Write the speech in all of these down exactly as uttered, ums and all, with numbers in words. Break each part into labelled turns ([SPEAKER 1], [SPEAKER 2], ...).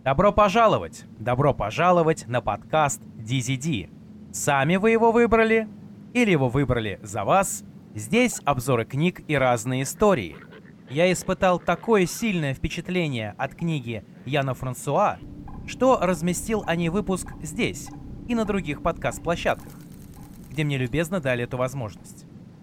[SPEAKER 1] Добро пожаловать! Добро пожаловать на подкаст ди зет ди. Сами вы его выбрали? Или его выбрали за вас? Здесь обзоры книг и разные истории. Я испытал такое сильное впечатление от книги Яна Франсуа, что разместил о ней выпуск здесь и на других подкаст-площадках, где мне любезно дали эту возможность.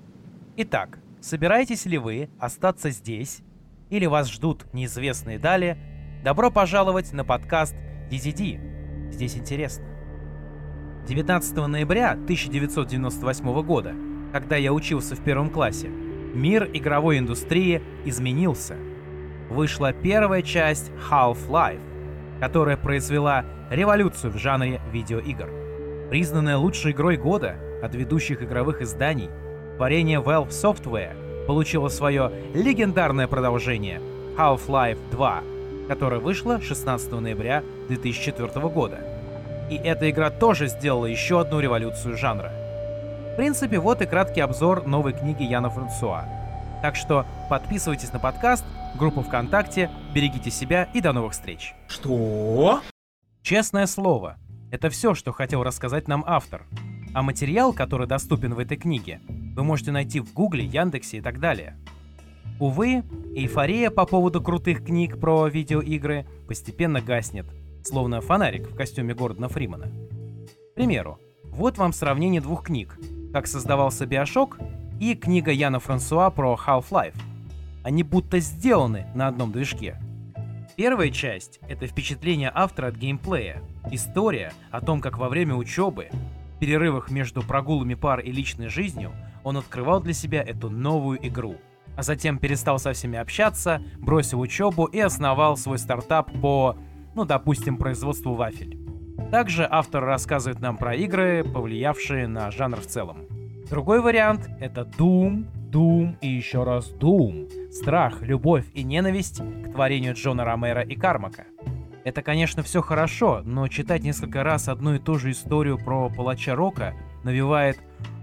[SPEAKER 1] Итак, собираетесь ли вы остаться здесь, или вас ждут неизвестные дали? Добро пожаловать на подкаст ди зет ди. Здесь интересно. девятнадцатого ноября тысяча девятьсот девяносто восьмого года, когда я учился в первом классе, мир игровой индустрии изменился. Вышла первая часть Half-Life, которая произвела революцию в жанре видеоигр. Признанная лучшей игрой года от ведущих игровых изданий, творение Valve Software получило свое легендарное продолжение Half-Life два, которая вышла шестнадцатого ноября две тысячи четвёртого года. И эта игра тоже сделала еще одну революцию жанра. В принципе, вот и краткий обзор новой книги Яна Франсуа. Так что подписывайтесь на подкаст, группу ВКонтакте, берегите себя и до новых встреч.
[SPEAKER 2] Что?
[SPEAKER 1] Честное слово, это все, что хотел рассказать нам автор. А материал, который доступен в этой книге, вы можете найти в Гугле, Яндексе и так далее. Увы, эйфория по поводу крутых книг про видеоигры постепенно гаснет, словно фонарик в костюме Гордона Фримана. К примеру, вот вам сравнение двух книг, как создавался Биошок и книга Яна Франсуа про Half-Life. Они будто сделаны на одном движке. Первая часть — это впечатление автора от геймплея, история о том, как во время учебы, в перерывах между прогулами пар и личной жизнью, он открывал для себя эту новую игру, а затем перестал со всеми общаться, бросил учебу и основал свой стартап по, ну, допустим, производству вафель. Также автор рассказывает нам про игры, повлиявшие на жанр в целом. Другой вариант — это Doom, Doom и еще раз Doom. Страх, любовь и ненависть к творению Джона Ромеро и Кармака. Это, конечно, все хорошо, но читать несколько раз одну и ту же историю про палача Рока навевает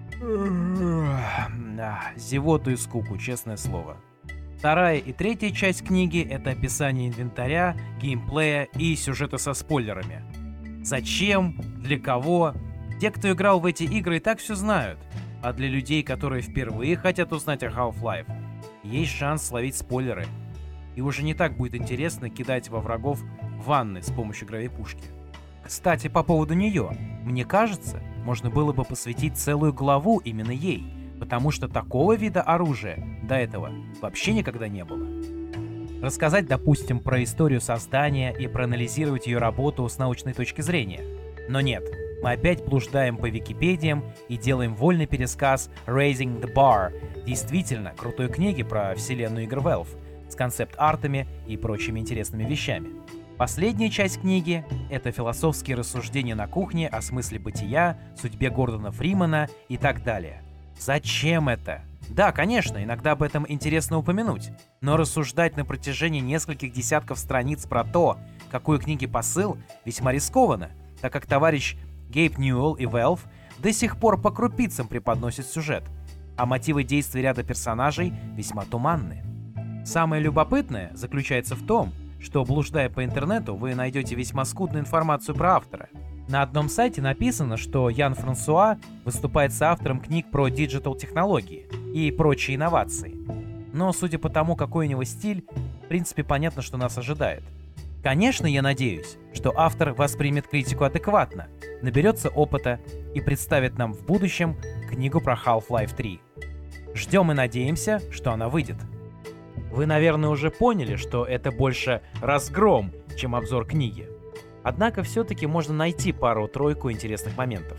[SPEAKER 1] зевоту и скуку, честное слово. Вторая и третья часть книги — это описание инвентаря, геймплея и сюжета со спойлерами. Зачем? Для кого? Те, кто играл в эти игры, и так все знают. А для людей, которые впервые хотят узнать о Half-Life, есть шанс словить спойлеры. И уже не так будет интересно кидать во врагов ванны с помощью гравипушки. Кстати, по поводу нее. Мне кажется, можно было бы посвятить целую главу именно ей, потому что такого вида оружия до этого вообще никогда не было. Рассказать, допустим, про историю создания и проанализировать ее работу с научной точки зрения. Но нет, мы опять блуждаем по Википедиям и делаем вольный пересказ Raising the Bar, действительно крутой книги про вселенную игр Valve, с концепт-артами и прочими интересными вещами. Последняя часть книги — это философские рассуждения на кухне о смысле бытия, судьбе Гордона Фримана и так далее. Зачем это? Да, конечно, иногда об этом интересно упомянуть, но рассуждать на протяжении нескольких десятков страниц про то, какой у книги посыл, весьма рискованно, так как товарищ Гейб Ньюэлл и Valve до сих пор по крупицам преподносят сюжет, а мотивы действий ряда персонажей весьма туманны. Самое любопытное заключается в том, что, блуждая по интернету, вы найдете весьма скудную информацию про автора. На одном сайте написано, что Ян Франсуа выступает соавтором книг про диджитал-технологии и прочие инновации. Но, судя по тому, какой у него стиль, в принципе, понятно, что нас ожидает. Конечно, я надеюсь, что автор воспримет критику адекватно, наберется опыта и представит нам в будущем книгу про Half-Life три. Ждем и надеемся, что она выйдет. Вы, наверное, уже поняли, что это больше разгром, чем обзор книги. Однако все-таки можно найти пару-тройку интересных моментов.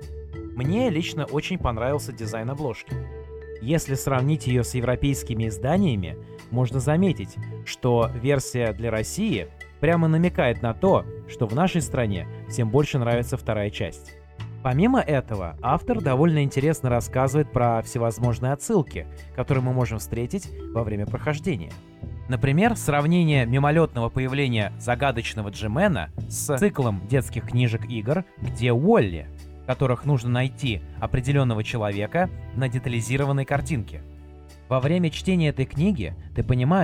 [SPEAKER 1] Мне лично очень понравился дизайн обложки. Если сравнить ее с европейскими изданиями, можно заметить, что версия для России прямо намекает на то, что в нашей стране всем больше нравится вторая часть. Помимо этого, автор довольно интересно рассказывает про всевозможные отсылки, которые мы можем встретить во время прохождения. Например, сравнение мимолетного появления загадочного Джимена с циклом детских книжек-игр «Где Уолли?», в которых нужно найти определенного человека на детализированной картинке. Во время чтения этой книги ты понимаешь,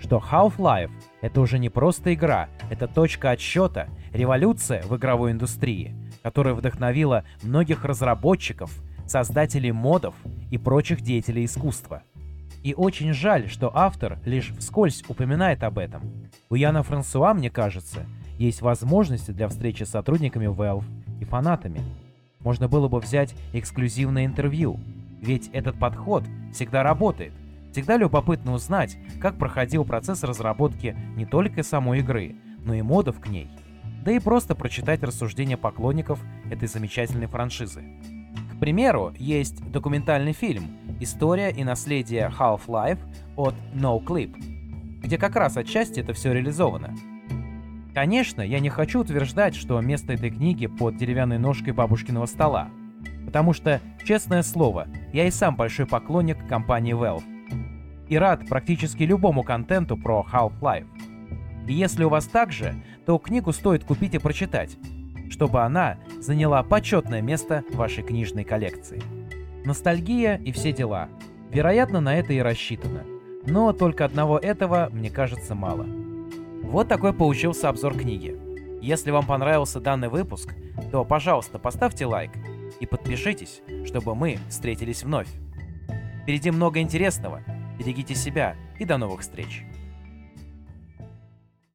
[SPEAKER 1] что Half-Life — это уже не просто игра, это точка отсчета, революция в игровой индустрии, которая вдохновила многих разработчиков, создателей модов и прочих деятелей искусства. И очень жаль, что автор лишь вскользь упоминает об этом. У Яна Франсуа, мне кажется, есть возможности для встречи с сотрудниками Valve и фанатами. Можно было бы взять эксклюзивное интервью, ведь этот подход всегда работает. Всегда любопытно узнать, как проходил процесс разработки не только самой игры, но и модов к ней. Да и просто прочитать рассуждения поклонников этой замечательной франшизы. К примеру, есть документальный фильм «История и наследие Half-Life» от NoClip, где как раз отчасти это все реализовано. Конечно, я не хочу утверждать, что место этой книги под деревянной ножкой бабушкиного стола, потому что, честное слово, я и сам большой поклонник компании Valve и рад практически любому контенту про Half-Life. И если у вас так же, то книгу стоит купить и прочитать, чтобы она заняла почетное место в вашей книжной коллекции. Ностальгия и все дела. Вероятно, на это и рассчитано. Но только одного этого, мне кажется, мало. Вот такой получился обзор книги. Если вам понравился данный выпуск, то, пожалуйста, поставьте лайк и подпишитесь, чтобы мы встретились вновь. Впереди много интересного. Берегите себя и до новых встреч!